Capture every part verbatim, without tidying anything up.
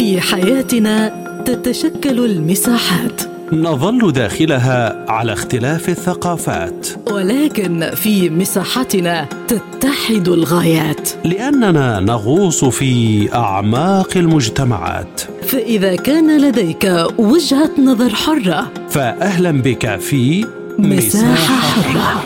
في حياتنا تتشكل المساحات، نظل داخلها على اختلاف الثقافات، ولكن في مساحتنا تتحد الغايات، لأننا نغوص في أعماق المجتمعات. فإذا كان لديك وجهة نظر حرة، فأهلا بك في مساحة حرة.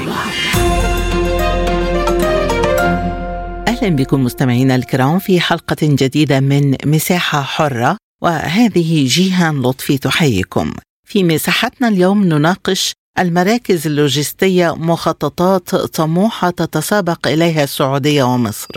أهلا بكم مستمعينا الكرام في حلقة جديدة من مساحة حرة، وهذه جيهان لطفي تحييكم. في مساحتنا اليوم نناقش المراكز اللوجستية، مخططات طموحة تتسابق إليها السعودية ومصر.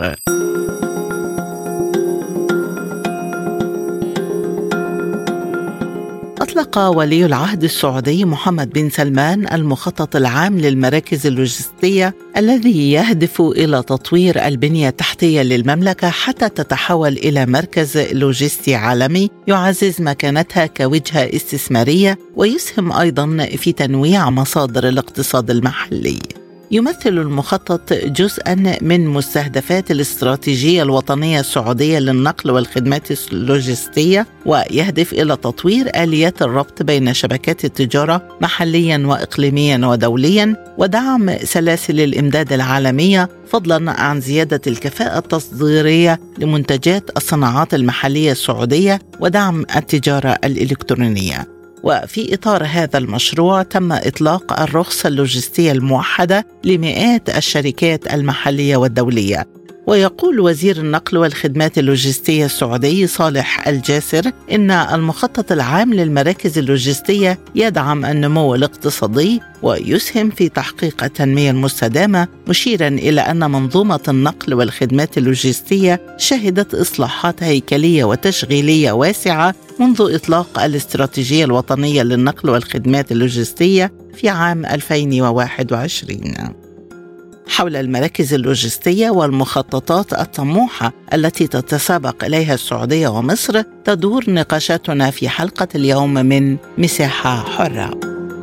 أطلق ولي العهد السعودي محمد بن سلمان المخطط العام للمراكز اللوجستية الذي يهدف إلى تطوير البنية التحتية للمملكة حتى تتحول إلى مركز لوجستي عالمي يعزز مكانتها كوجهة استثمارية ويسهم أيضا في تنويع مصادر الاقتصاد المحلي. يمثل المخطط جزءاً من مستهدفات الاستراتيجية الوطنية السعودية للنقل والخدمات اللوجستية، ويهدف إلى تطوير آليات الربط بين شبكات التجارة محلياً وإقليمياً ودولياً، ودعم سلاسل الإمداد العالمية، فضلاً عن زيادة الكفاءة التصديرية لمنتجات الصناعات المحلية السعودية ودعم التجارة الإلكترونية. وفي إطار هذا المشروع تم إطلاق الرخصة اللوجستية الموحدة لمئات الشركات المحلية والدولية. ويقول وزير النقل والخدمات اللوجستية السعودي صالح الجاسر إن المخطط العام للمراكز اللوجستية يدعم النمو الاقتصادي ويسهم في تحقيق التنمية المستدامة، مشيرا إلى أن منظومة النقل والخدمات اللوجستية شهدت إصلاحات هيكلية وتشغيلية واسعة منذ إطلاق الاستراتيجية الوطنية للنقل والخدمات اللوجستية في عام ألفين وواحد وعشرين. حول المراكز اللوجستية والمخططات الطموحة التي تتسابق إليها السعودية ومصر تدور نقاشاتنا في حلقة اليوم من مساحة حرة.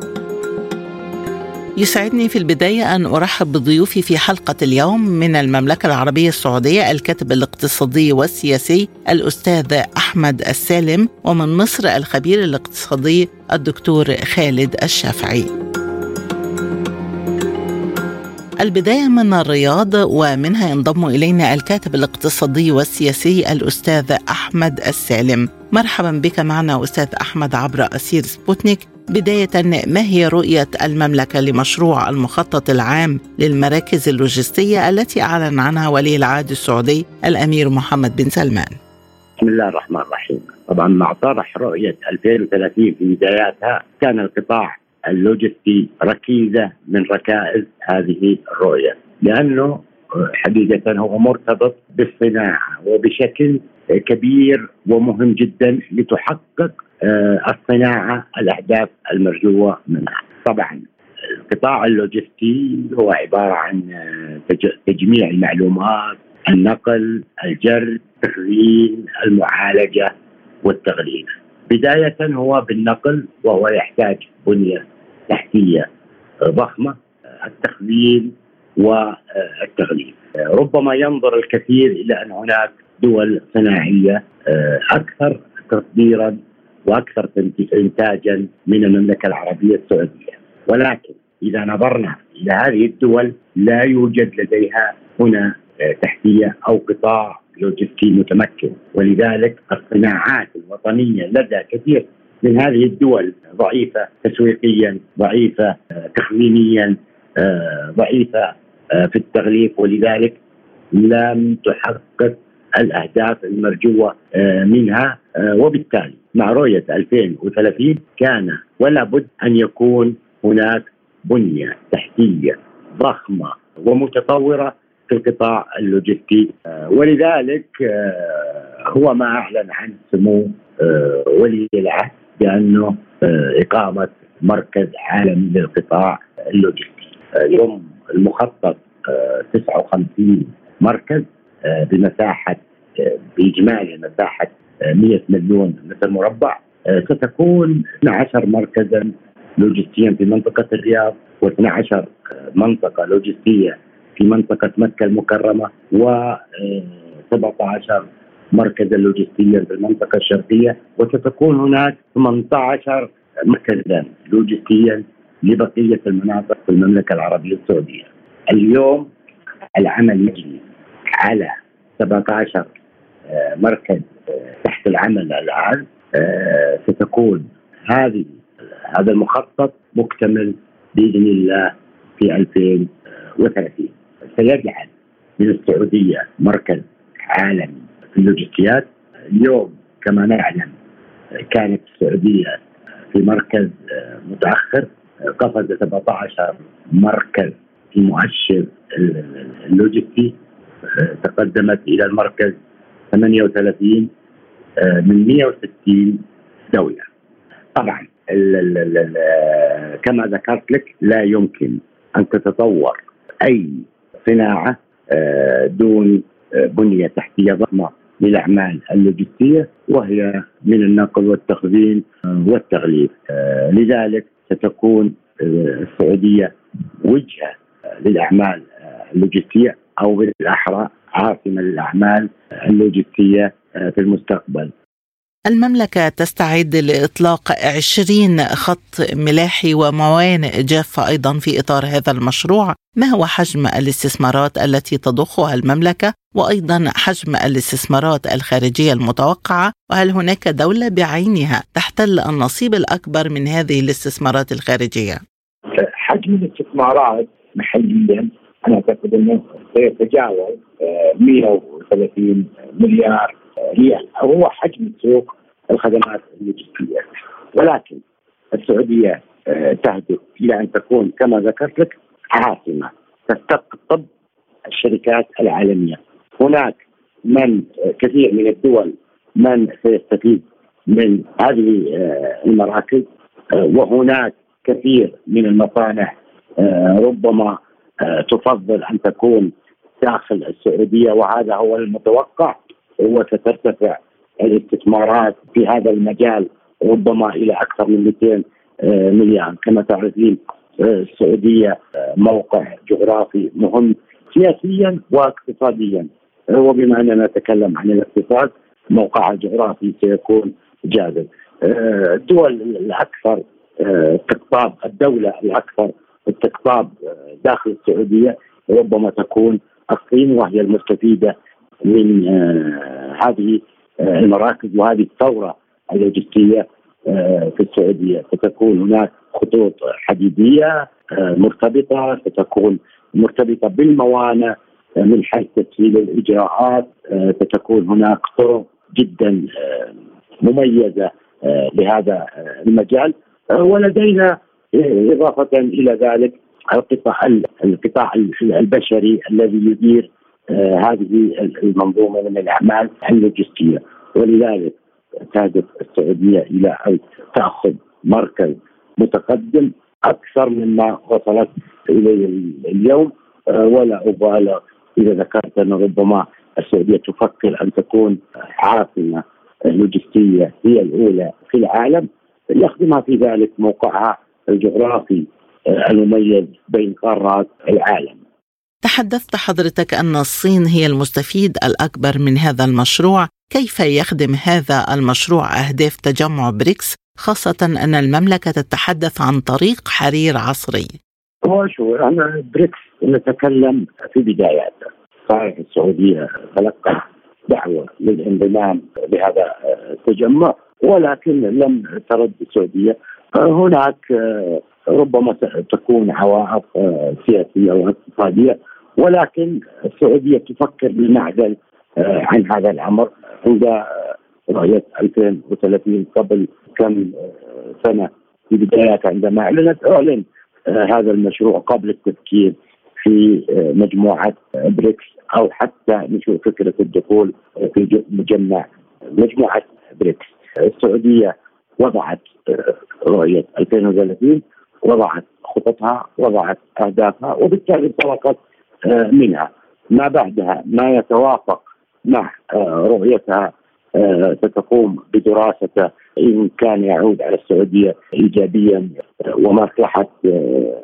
يسعدني في البداية أن أرحب بضيوفي في حلقة اليوم من المملكة العربية السعودية الكاتب الاقتصادي والسياسي الأستاذ أحمد السالم، ومن مصر الخبير الاقتصادي الدكتور خالد الشافعي. البداية من الرياض، ومنها ينضم إلينا الكاتب الاقتصادي والسياسي الأستاذ أحمد السالم. مرحبا بك معنا أستاذ أحمد عبر أثير سبوتنيك. بداية، ما هي رؤية المملكة لمشروع المخطط العام للمراكز اللوجستية التي أعلن عنها ولي العهد السعودي الأمير محمد بن سلمان؟ بسم الله الرحمن الرحيم. طبعا مع طرح رؤية ألفين وثلاثين في بداياتها كان القطاع اللوجستي ركيزة من ركائز هذه الرؤية، لأنه حقيقة هو مرتبط بالصناعة وبشكل كبير ومهم جدا لتحقق الصناعة الأهداف المرجوة منها. طبعا القطاع اللوجستي هو عبارة عن تجميع المعلومات، النقل، الجر، التخزين، المعالجة والتغليف. بداية هو بالنقل، وهو يحتاج بنية تحتية ضخمة، التخزين والتغليف. ربما ينظر الكثير إلى أن هناك دول صناعية أكثر تصديرا وأكثر إنتاجا من المملكة العربية السعودية، ولكن إذا نظرنا إلى هذه الدول لا يوجد لديها هنا تحتية أو قطاع لوجستي متمكن، ولذلك الصناعات الوطنية لدى كثير من هذه الدول ضعيفة تسويقيا، ضعيفة تخزينيا، ضعيفة في التغليف، ولذلك لم تحقق الأهداف المرجوة منها. وبالتالي مع رؤية ألفين وثلاثين كان ولا بد أن يكون هناك بنية تحتية ضخمة ومتطورة في القطاع اللوجستي، ولذلك هو ما أعلن عن سمو ولي العهد بأنه إقامة مركز عالمي للقطاع اللوجستي. اليوم المخطط تسعة وخمسين مركز بمساحة بإجمالي مساحة مئة مليون متر مربع، ستكون اثنا عشر مركزا لوجستيا في منطقة الرياض، واثنا عشر منطقة لوجستية في منطقة مكة المكرمة، وسبعة عشر مركزا لوجستيا في المنطقة الشرقية، وستكون هناك ثمانية عشر مركزا لوجستيا لبقية المناطق في المملكة العربية السعودية. اليوم العمل يجري على سبعة عشر مركز تحت العمل الآن. ستكون هذه هذا المخطط مكتمل بإذن الله في ألفين وثلاثين. سيجعل من السعودية مركز عالمي في اللوجستيات. اليوم كما نعلم كانت السعودية في مركز متأخر، قفز سبعة عشر مركز في مؤشر اللوجستي، تقدمت إلى المركز ثمانية وثلاثين من مئة وستين دولة. طبعا ال ال ال كما ذكرت لك لا يمكن أن تتطور أي صناعة دون بنية تحتية ضخمة للأعمال اللوجستية، وهي من النقل والتخزين والتغليف. لذلك ستكون السعودية وجهة للأعمال اللوجستية، أو بالأحرى عاصمة للأعمال اللوجستية في المستقبل. المملكة تستعد لإطلاق عشرين خط ملاحي وموانئ جافة أيضا في إطار هذا المشروع. ما هو حجم الاستثمارات التي تضخها المملكة، وأيضا حجم الاستثمارات الخارجية المتوقعة، وهل هناك دولة بعينها تحتل النصيب الأكبر من هذه الاستثمارات الخارجية؟ حجم الاستثمارات محليا أنا أعتقد أنه سيتجاوز مئة وثلاثين مليار ريال، أو هو حجم سوق الخدمات اللوجستية. ولكن السعودية تهدف إلى أن تكون كما ذكرت لك عاصمة تستقطب الشركات العالمية. هناك من كثير من الدول من سيستفيد من هذه المراكز، وهناك كثير من المصانع ربما تفضل أن تكون داخل السعودية، وهذا هو المتوقع. وسترتفع الاستثمارات في هذا المجال ربما إلى أكثر من مئتين مليار. كما تعرفين السعودية موقع جغرافي مهم سياسيا واقتصاديا، وبما أننا نتكلم عن الاقتصاد موقعها الجغرافي سيكون جاذب. الدول الأكثر استقطاب الدولة الأكثر استقطاب داخل السعودية ربما تكون الصين، وهي المستفيدة من هذه المراكز وهذه الثورة اللوجستية في السعودية. ستكون هناك خطوط حديدية مرتبطة، ستكون مرتبطة بالموانئ من حيث تسهيل الإجراءات، ستكون هناك طرق جدا مميزة لهذا المجال. ولدينا إضافة إلى ذلك القطاع القطاع البشري الذي يدير هذه المنظومة من الأعمال اللوجستية. ولذلك تهدف السعودية إلى أن تأخذ مركز متقدم أكثر مما وصلت إليه اليوم. ولا أبالغ إذا ذكرت أن ربما السعودية تفكر أن تكون عاصمة لوجستية هي الأولى في العالم، يخدمها في ذلك موقعها الجغرافي المميز بين قارات العالم. تحدثت حضرتك أن الصين هي المستفيد الأكبر من هذا المشروع. كيف يخدم هذا المشروع أهداف تجمع بريكس، خاصة أن المملكة تتحدث عن طريق حرير عصري؟ هو شو أنا بريكس نتكلم في بداياته. صحيح السعودية تلقى دعوة للانضمام لهذا التجمع، ولكن لم ترد السعودية. هناك ربما تكون عوائق سياسية واقتصادية، ولكن السعودية تفكر بالمعزل عن هذا الأمر عند رؤية ألفين وثلاثين قبل كم سنة في بدايات عندما أعلنت أعلن هذا المشروع قبل التفكير في مجموعة بريكس أو حتى نشوف فكرة الدخول في مجمع مجموعة بريكس. السعودية وضعت رؤية ألفين وثلاثين، وضعت خططها، وضعت أهدافها، وبالتالي انطلقت منها. ما بعدها ما يتوافق مع رؤيتها ستقوم بدراسته إن كان يعود على السعودية إيجابيا ومصلحة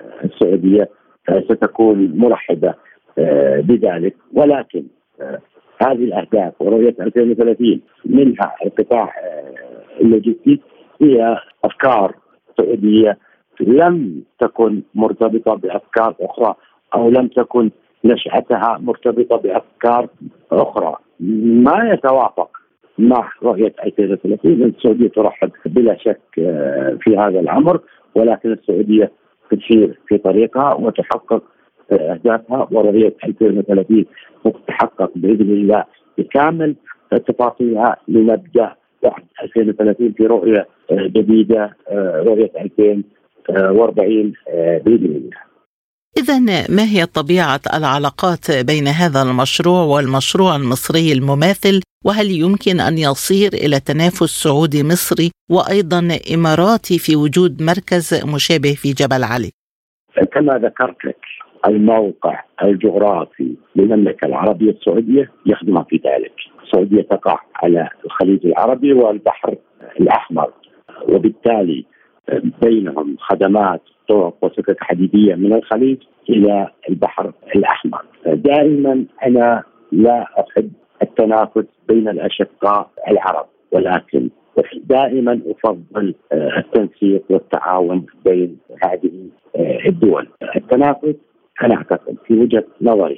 السعودية ستكون مرحبة بذلك. ولكن هذه الأهداف ورؤية ألفين وثلاثين منها القطاع اللوجستي هي أفكار سعودية لم تكن مرتبطة بأفكار أخرى أو لم تكن نشأتها مرتبطة بأفكار أخرى ما يتوافق مع رؤية ألفين وثلاثين. السعودية ترحب بلا شك في هذا الأمر، ولكن السعودية تسير في طريقها وتحقق أهدافها، ورؤية ألفين وثلاثين ستتحقق بإذن الله بكامل تفاصيلها لنبدأ بعد ألفين وثلاثين في رؤية جديدة، رؤية ألفين وأربعين بإذن الله. إذن ما هي طبيعة العلاقات بين هذا المشروع والمشروع المصري المماثل؟ وهل يمكن أن يصير إلى تنافس سعودي مصري وأيضا إماراتي في وجود مركز مشابه في جبل علي؟ كما ذكرت لك الموقع الجغرافي للمملكة العربية السعودية يخدمها في ذلك. السعودية تقع على الخليج العربي والبحر الأحمر، وبالتالي بينهم خدمات طرق وسكك حديدية من الخليج إلى البحر الأحمر. دائما أنا لا أحب التنافس بين الأشقاء العرب، ولكن دائما أفضل التنسيق والتعاون بين هذه الدول. التنافس أنا أعتقد في وجهة نظري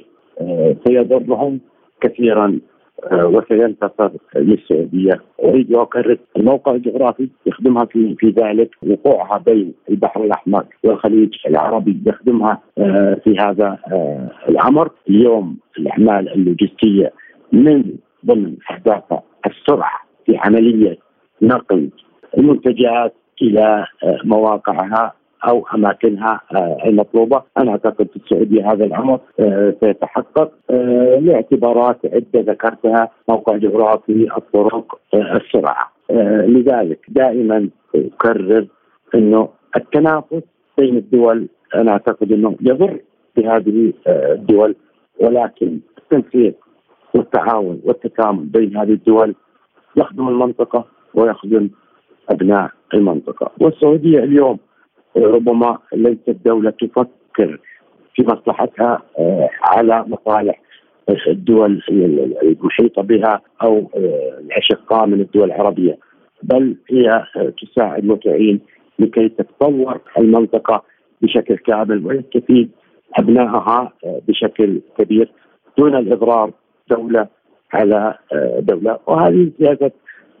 سيضرهم كثيرا وسينتصر للسعودية. أريد أكرر الموقع الجغرافي يخدمها في في ذلك، وقوعها بين البحر الأحمر والخليج العربي يخدمها في هذا الأمر. اليوم الأعمال اللوجستية من ضمن أهدافها السرعة في عملية نقل المنتجات إلى مواقعها أو أماكنها المطلوبة. أنا أعتقد في السعودية هذا الأمر سيتحقق لاعتبارات عدة ذكرتها: موقع جغرافي، الطرق، السرعة. لذلك دائما أكرر أنه التنافس بين الدول أنا أعتقد أنه يضر بهذه الدول، ولكن التنسيق والتعاون والتكامل بين هذه الدول يخدم المنطقة ويخدم أبناء المنطقة. والسعودية اليوم ربما ليست دولة تفكر في مصلحتها على مصالح الدول المحيطة بها أو الأشقاء من الدول العربية، بل هي تساعد وتعين لكي تتطور المنطقة بشكل كامل ويستفيد أبنائها بشكل كبير دون الإضرار دولة على دولة. وهذه سياسة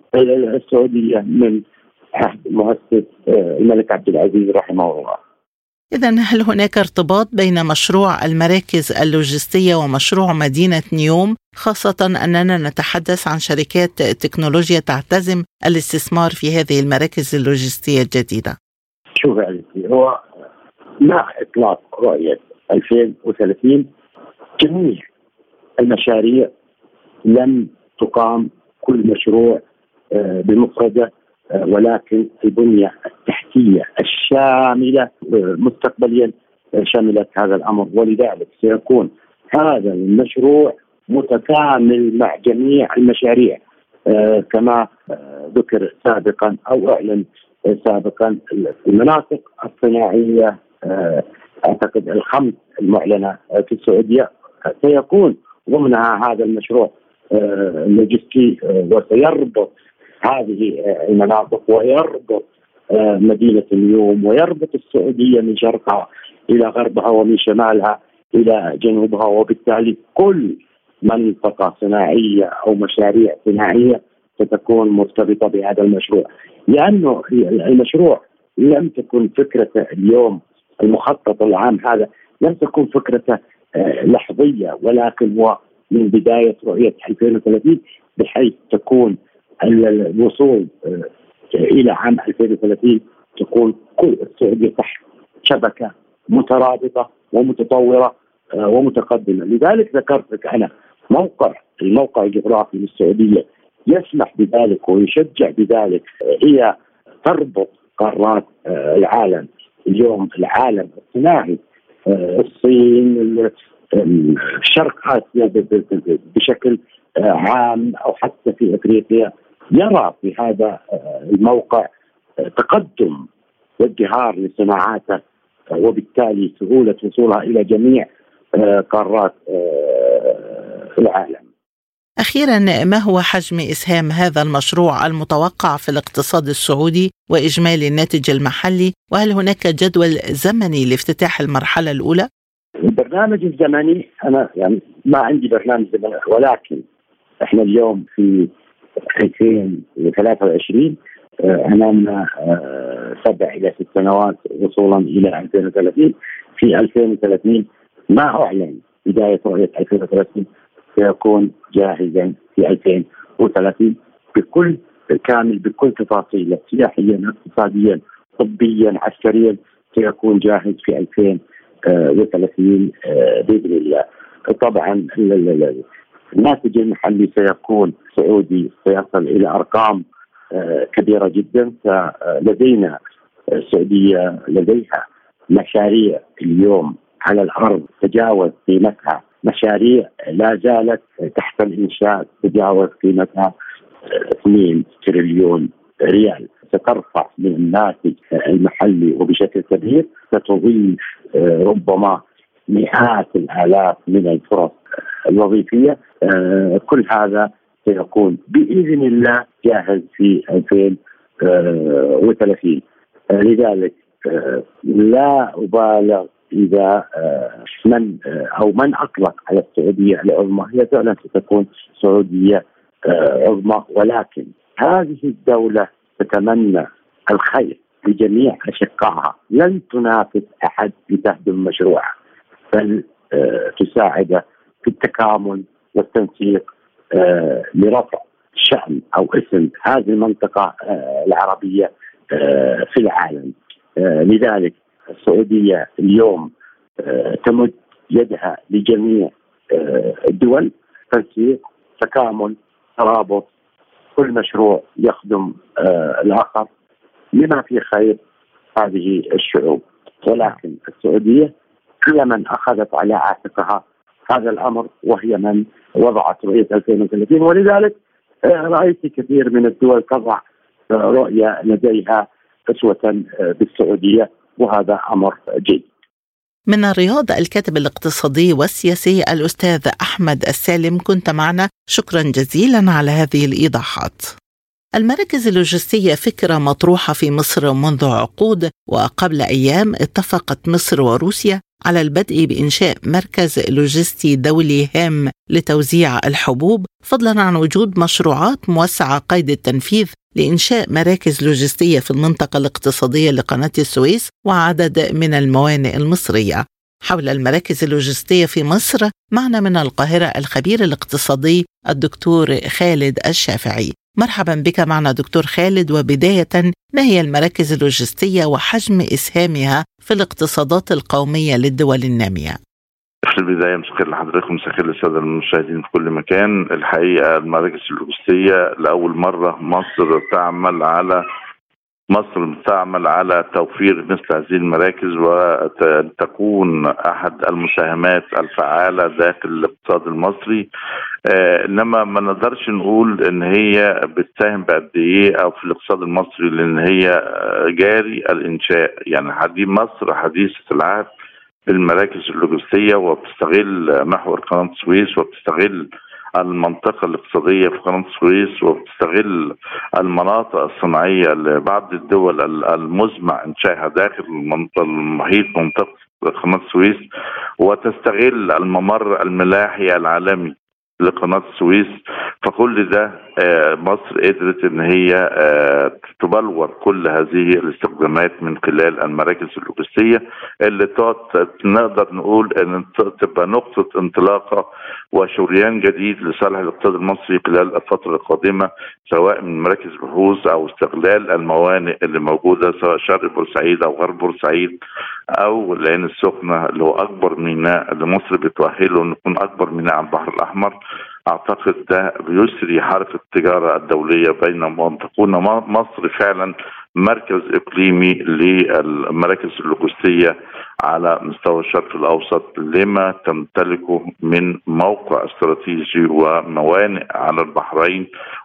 السعودية من عهد المؤسس الملك عبد العزيز رحمه الله. إذن هل هناك ارتباط بين مشروع المراكز اللوجستية ومشروع مدينة نيوم، خاصة أننا نتحدث عن شركات تكنولوجيا تعتزم الاستثمار في هذه المراكز اللوجستية الجديدة؟ شوف هو مع إطلاق رؤية ألفين وثلاثين جميع المشاريع لم تقام كل مشروع بمفرده، ولكن البنية التحتية الشاملة مستقبليا شملت هذا الأمر، ولذلك سيكون هذا المشروع متكامل مع جميع المشاريع كما ذكر سابقا أو أعلن سابقا. المناطق الصناعية أعتقد الخمس المعلنة في السعودية سيكون ضمنها هذا المشروع اللوجستي، وسيربط هذه المناطق ويربط مدينة النيوم ويربط السعودية من شرقها إلى غربها ومن شمالها إلى جنوبها، وبالتالي كل منطقة صناعية أو مشاريع صناعية ستكون مرتبطة بهذا المشروع. لأنه المشروع لم تكن فكرة اليوم، المخطط العام هذا لم تكن فكرة لحظية، ولكن هو من بداية رؤية ألفين وثلاثين بحيث تكون الوصول إلى عام ألفين وثلاثين تكون كل السعودية تحت شبكة مترابطة ومتطورة ومتقدمة. لذلك ذكرت لك أنا موقع الموقع الجغرافي للسعودية يسمح بذلك ويشجع بذلك. هي تربط قارات العالم اليوم، العالم الصناعي، الصين، شرق آسيا بشكل عام أو حتى في أفريقيا، يرى في هذا الموقع تقدم وازدهار لصناعاته، وبالتالي سهولة وصولها إلى جميع قارات العالم. أخيرا، ما هو حجم إسهام هذا المشروع المتوقع في الاقتصاد السعودي وإجمالي الناتج المحلي؟ وهل هناك جدول زمني لافتتاح المرحلة الأولى؟ البرنامج الزمني أنا يعني ما عندي برنامج زمني، ولكن إحنا اليوم في ألفين وثلاثة وعشرين أمامنا سبع إلى ست سنوات وصولا إلى ألفين وثلاثين. في ألفين وثلاثين ما أعلن بداية رؤية ألفين وثلاثين سيكون جاهزا في ألفين وثلاثين بكل كامل، بكل تفاصيله، سياحيا، اقتصاديا، طبيا، عسكريا، سيكون جاهز في ألفين وثلاثين بإذن الله. طبعا الناتج المحلي سيكون سعودي، سيصل إلى أرقام كبيرة جدا. لدينا السعودية لديها مشاريع اليوم على الأرض تجاوز قيمتها، مشاريع لا زالت تحت الإنشاء تجاوز قيمتها اثنين تريليون ريال، سترفع من الناتج المحلي وبشكل كبير، ستضيف ربما مئات الآلاف من الفرص الوظيفية. كل هذا سيكون بإذن الله جاهز في ألفين وثلاثين. لذلك لا أبالغ إذا من أو من أطلق على السعودية العظمى، هي فعلا ستكون سعودية عظمى، ولكن هذه الدولة تتمنى الخير لجميع أشقائها، لن تنافس أحد بتهدم مشروعها، بل تساعد في التكامل والتنسيق لرفع شأن أو اسم هذه المنطقة العربية في العالم. لذلك السعودية اليوم تمد يدها لجميع الدول، تنسيق، تكامل، ترابط، كل مشروع يخدم الآخر لما في خير هذه الشعوب. ولكن السعودية هي من أخذت على عاتقها هذا الأمر، وهي من وضعت رؤية ألفين وثلاثين، ولذلك رأيت كثير من الدول تضع رؤية لديها أسوة بالسعودية، وهذا أمر جيد. من الرياض الكاتب الاقتصادي والسياسي الأستاذ أحمد السالم، كنت معنا، شكرا جزيلا على هذه الإيضاحات. المراكز اللوجستية فكرة مطروحة في مصر منذ عقود، وقبل أيام اتفقت مصر وروسيا على البدء بإنشاء مركز لوجستي دولي هام لتوزيع الحبوب، فضلا عن وجود مشروعات موسعة قيد التنفيذ لإنشاء مراكز لوجستية في المنطقة الاقتصادية لقناة السويس وعدد من الموانئ المصرية. حول المراكز اللوجستية في مصر معنا من القاهرة الخبير الاقتصادي الدكتور خالد الشافعي. مرحبا بك معنا دكتور خالد. وبداية، ما هي المراكز اللوجستية وحجم إسهامها في الاقتصادات القومية للدول النامية؟ في البداية مساء لحضرتك ومساء للسادة المشاهدين في كل مكان. الحقيقة المراكز اللوجستية لأول مرة مصر تعمل على مصر تعمل على توفير مثل هذه المراكز، وتكون أحد المساهمات الفعالة داخل الاقتصاد المصري. آه إنما ما نقدرش نقول إن هي بتساهم بقد إيه أو في الاقتصاد المصري، لأن هي جاري الإنشاء. يعني حديث مصر حديثة العهد بالمراكز اللوجستية، وبتستغل محور قناة السويس، وبتستغل المنطقة الاقتصادية في قناة السويس، وبتستغل المناطق الصناعية لبعض الدول المزمع إنشائها داخل المحيط منطقة قناة السويس، وتستغل الممر الملاحي العالمي لقناة السويس. فكل ده مصر قدرت ان هي تبلور كل هذه الاستخدامات من خلال المراكز اللوجستية، اللي نقدر نقول ان تبقى نقطة انطلاقة وشريان جديد لصالح الاقتصاد المصري خلال الفترة القادمة، سواء من مراكز بحوث او استغلال الموانئ اللي موجودة سواء شرق بورسعيد او غرب بورسعيد او العين السخنة اللي هو اكبر ميناء اللي مصر بتؤهله انه يكون اكبر ميناء على البحر الاحمر. أعتقد ده بيسري حركة التجارة الدولية بين أن تكون مصر فعلا مركز إقليمي للمراكز اللوجستية على مستوى الشرق الأوسط، لما تمتلكه من موقع استراتيجي وموانئ على البحرين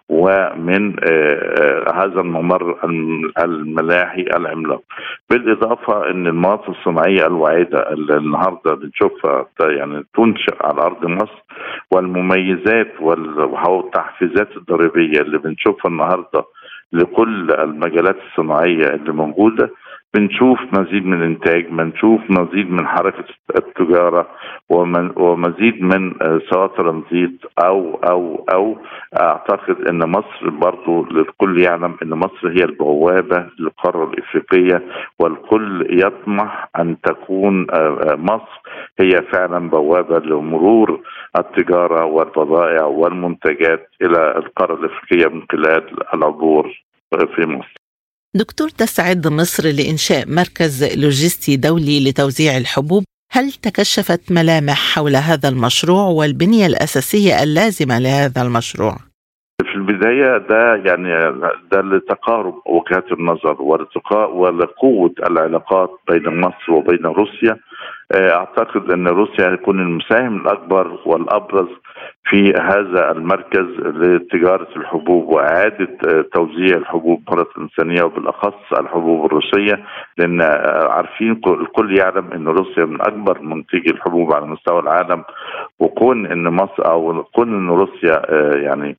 ومن هذا الممر الملاحي العملاق. بالإضافة أن المناطق الصناعية الواعدة اللي النهاردة بنشوفها يعني تنشأ على أرض مصر، والمميزات والتحفيزات الضريبية اللي بنشوفها النهاردة لكل المجالات الصناعية اللي موجودة، بنشوف مزيد من الانتاج، بنشوف مزيد من حركة التجارة، ومزيد من سواء ترانزيت او او او اعتقد ان مصر برضو للكل يعلم ان مصر هي البوابة للقارة الافريقية، والكل يطمح ان تكون مصر هي فعلا بوابة لمرور التجارة والبضائع والمنتجات الى القارة الافريقية من خلال العبور في مصر. دكتور، تستعد مصر لإنشاء مركز لوجستي دولي لتوزيع الحبوب. هل تكشفت ملامح حول هذا المشروع والبنية الأساسية اللازمة لهذا المشروع؟ في البداية ده يعني ده لتقارب وجهات النظر ولقوة العلاقات بين مصر وبين روسيا. أعتقد أن روسيا هيكون المساهم الأكبر والأبرز في هذا المركز لتجارة الحبوب وإعادة توزيع الحبوب مرة ثانية، وبالأخص الحبوب الروسية، لأن عارفين الكل يعلم أن روسيا من أكبر منتجي الحبوب على مستوى العالم، وكون أن مصر أو كون أن روسيا يعني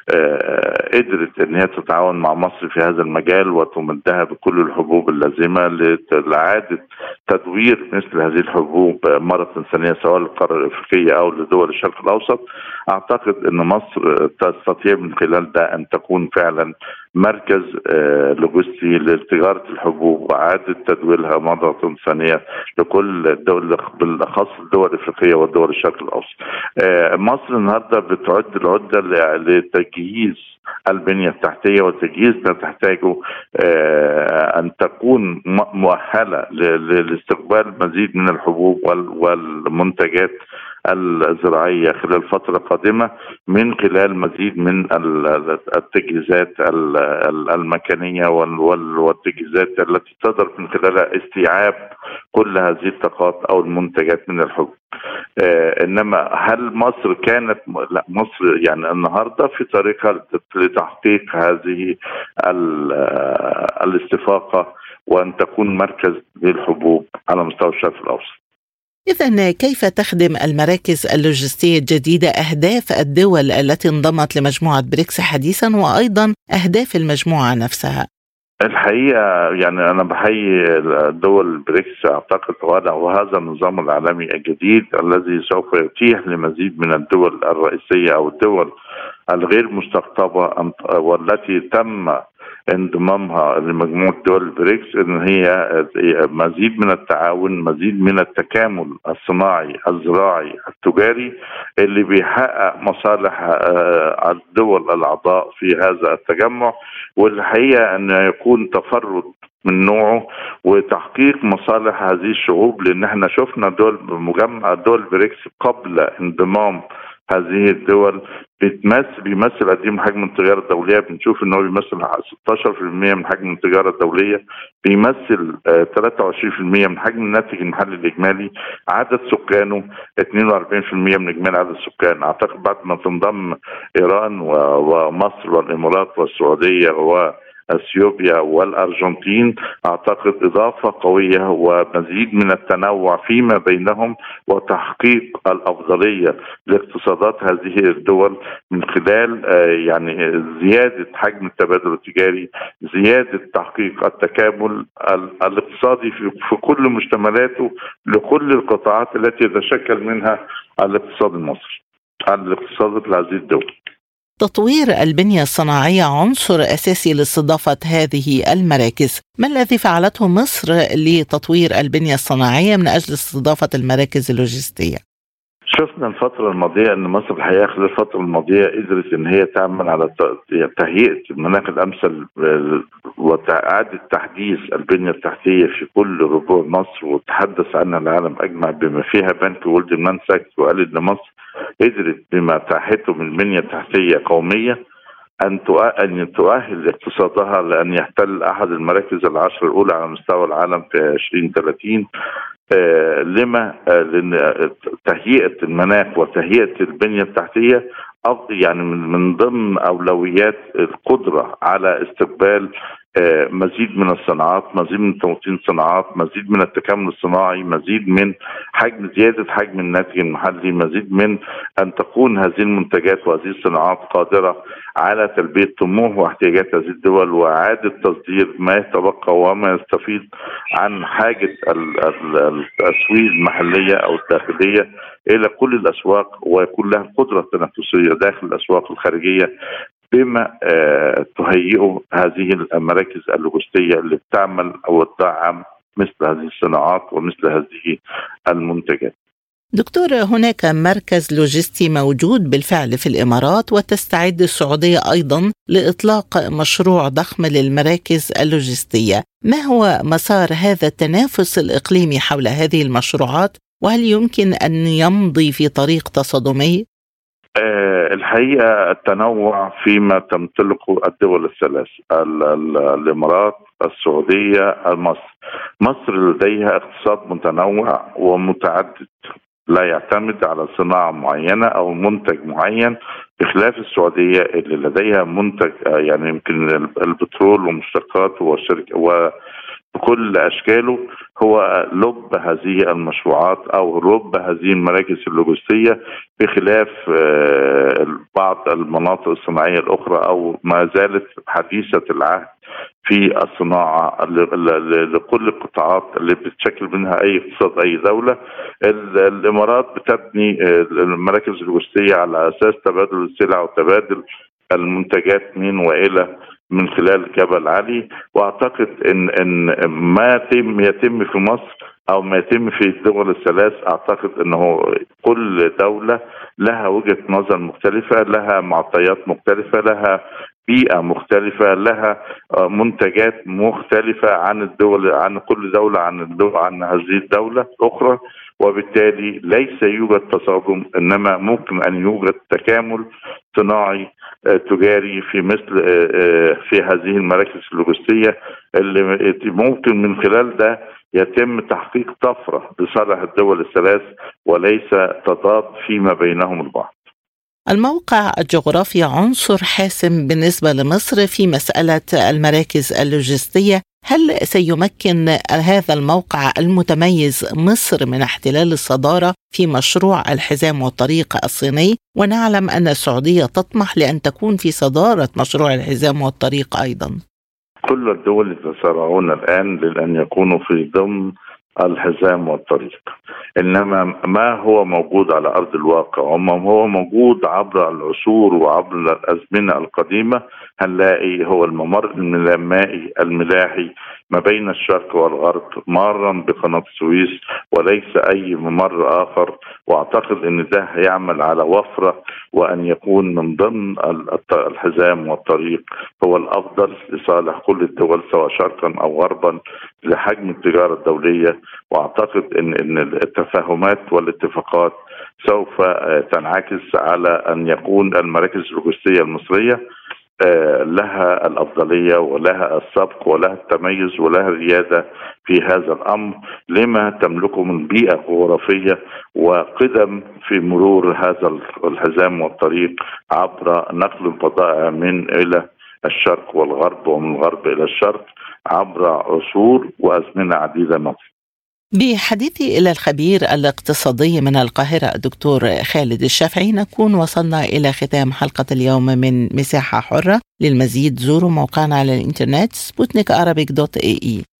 قدرت أن هي تتعاون مع مصر في هذا المجال وتمدها بكل الحبوب اللازمة لإعادة تدوير مثل هذه الحبوب مرة ثانية سواء للقارة الأفريقية أو لدول الشرق الأوسط. أعتقد أن مصر تستطيع من خلال ده أن تكون فعلا مركز لوجستي لتجارة الحبوب وإعادة تدويرها مرة ثانية لكل الدول، بالأخص الدول الأفريقية والدول الشرق الأوسط. مصر النهاردة بتعد العدة لتجهيز البنية التحتية وتجهيز ما تحتاجه أن تكون مؤهلة لاستقبال مزيد من الحبوب والمنتجات الزراعية خلال الفترة القادمة من خلال مزيد من التجهيزات المكانية والتجهيزات التي تقدر من خلالها استيعاب كل هذه الطاقات أو المنتجات من الحبوب. إنما هل مصر كانت لا مصر يعني النهاردة في طريقها لتحقيق هذه الاستفاقة وأن تكون مركز للحبوب على مستوى الشرق الأوسط. إذن كيف تخدم المراكز اللوجستية الجديدة أهداف الدول التي انضمت لمجموعة بريكس حديثا وأيضا أهداف المجموعة نفسها؟ الحقيقة يعني أنا بحيي دول بريكس. أعتقد وهذا النظام العالمي الجديد الذي سوف يتيح لمزيد من الدول الرئيسية أو الدول الغير مستقطبة والتي تم انضمامها لمجموعة دول بريكس ان هي مزيد من التعاون، مزيد من التكامل الصناعي الزراعي التجاري اللي بيحقق مصالح الدول الأعضاء في هذا التجمع، والحقيقة ان يكون تفرد من نوعه وتحقيق مصالح هذه الشعوب، لان احنا شفنا دول مجمع دول بريكس قبل انضمام هذه الدول بيمثل بيمثل قد ايه من حجم التجاره الدوليه. بنشوف ان هو بيمثل ستاشر بالمية من حجم التجاره الدوليه، بيمثل ثلاثة وعشرين بالمية من حجم الناتج المحلي الاجمالي، عدد سكانه اثنين وأربعين بالمية من اجمالي عدد السكان. اعتقد بعد ما تنضم ايران ومصر والامارات والسعوديه و اثيوبيا والارجنتين، اعتقد اضافه قويه ومزيد من التنوع فيما بينهم وتحقيق الافضليه لاقتصادات هذه الدول من خلال يعني زياده حجم التبادل التجاري، زياده تحقيق التكامل الاقتصادي في كل مشتملاته لكل القطاعات التي يتشكل منها الاقتصاد المصري، الاقتصاد لهذه الدول. تطوير البنية الصناعية عنصر أساسي لاستضافة هذه المراكز. ما الذي فعلته مصر لتطوير البنية الصناعية من أجل استضافة المراكز اللوجستية؟ شفنا الفترة الماضية أن مصر الحقيقة خلال الفترة الماضية قدرت أن هي تعمل على تهيئة المناخ الأمثل وإعادة تحديث البنية التحتية في كل ربوع مصر، وتحدث عنها العالم أجمع بما فيها بنك جولدمان ساكس، وقال أن مصر قدرت بما تحته من بنية تحتية قومية أن أن تؤهل اقتصادها لأن يحتل أحد المراكز العشر الأولى على مستوى العالم في عشرين ثلاثين. آه لما آه لأن تهيئة المناخ وتهيئة البنية التحتية يعني من ضمن أولويات القدرة على استقبال مزيد من الصناعات، مزيد من توطين صناعات، مزيد من التكامل الصناعي، مزيد من حجم زيادة حجم الناتج المحلي، مزيد من أن تكون هذه المنتجات وهذه الصناعات قادرة على تلبية طموح واحتياجات هذه الدول وإعادة تصدير ما يتبقى وما يستفيد عن حاجة التسويق المحلية أو الداخلية إلى كل الأسواق، ويكون لها القدرة التنافسية داخل الأسواق الخارجية بما آه تهيئه هذه المراكز اللوجستية اللي بتعمل أو تدعم مثل هذه الصناعات ومثل هذه المنتجات. دكتور، هناك مركز لوجستي موجود بالفعل في الإمارات، وتستعد السعودية أيضا لإطلاق مشروع ضخم للمراكز اللوجستية. ما هو مسار هذا التنافس الإقليمي حول هذه المشروعات، وهل يمكن أن يمضي في طريق تصادمي؟ أه الحقيقة التنوع فيما تمتلكه الدول الثلاث، الإمارات، السعودية، مصر. مصر لديها اقتصاد متنوع ومتعدد، لا يعتمد على صناعة معينة أو منتج معين، بخلاف السعودية اللي لديها منتج يعني يمكن البترول ومشتقاته والشركة وكل أشكاله هو لب هذه المشروعات أو لب هذه المراكز اللوجستية، بخلاف بعض المناطق الصناعية الأخرى أو ما زالت حديثة العهد في الصناعة لكل القطاعات اللي بتشكل منها أي اقتصاد أي دولة. الإمارات بتبني المراكز اللوجستية على أساس تبادل السلع وتبادل المنتجات من وإلى من خلال جبل علي، واعتقد ان ان ما يتم يتم في مصر او ما يتم في الدول الثلاث، اعتقد انه كل دوله لها وجهه نظر مختلفه، لها معطيات مختلفه، لها بيئه مختلفه، لها منتجات مختلفه عن الدول، عن كل دوله عن الدول عن هذه الدوله الاخرى، وبالتالي ليس يوجد تصادم، انما ممكن ان يوجد تكامل صناعي تجاري في مثل في هذه المراكز اللوجستيه اللي ممكن من خلال ده يتم تحقيق طفره لصالح الدول الثلاث وليس تضاد فيما بينهم البعض. الموقع الجغرافي عنصر حاسم بالنسبة لمصر في مسألة المراكز اللوجستية. هل سيمكن هذا الموقع المتميز مصر من احتلال الصدارة في مشروع الحزام والطريق الصيني؟ ونعلم أن السعودية تطمح لأن تكون في صدارة مشروع الحزام والطريق أيضا. كل الدول يتسارعون الآن لأن يكونوا في ضمن الحزام والطريق، إنما ما هو موجود على أرض الواقع وما هو موجود عبر العصور وعبر الأزمنة القديمة هنلاقي هو الممر المائي الملاحي ما بين الشرق والغرب مارا بقناة السويس وليس أي ممر آخر، وأعتقد أن ده هيعمل على وفرة وأن يكون من ضمن الحزام والطريق هو الأفضل لصالح كل الدول سواء شرقا أو غربا لحجم التجارة الدولية. وأعتقد أن أن التفاهمات والاتفاقات سوف تنعكس على أن يكون المراكز اللوجستية المصرية لها الأفضلية ولها السبق ولها التميز ولها الريادة في هذا الأمر لما تملكه من بيئة جغرافية وقدم في مرور هذا الحزام والطريق عبر نقل البضائع من إلى الشرق والغرب ومن الغرب إلى الشرق عبر عصور وأزمنة عديدة مصر. بحديثي إلى الخبير الاقتصادي من القاهرة الدكتور خالد الشافعي نكون وصلنا إلى ختام حلقة اليوم من مساحة حرة. للمزيد زوروا موقعنا على الإنترنت سبوتنيك عربيك دوت اي اي.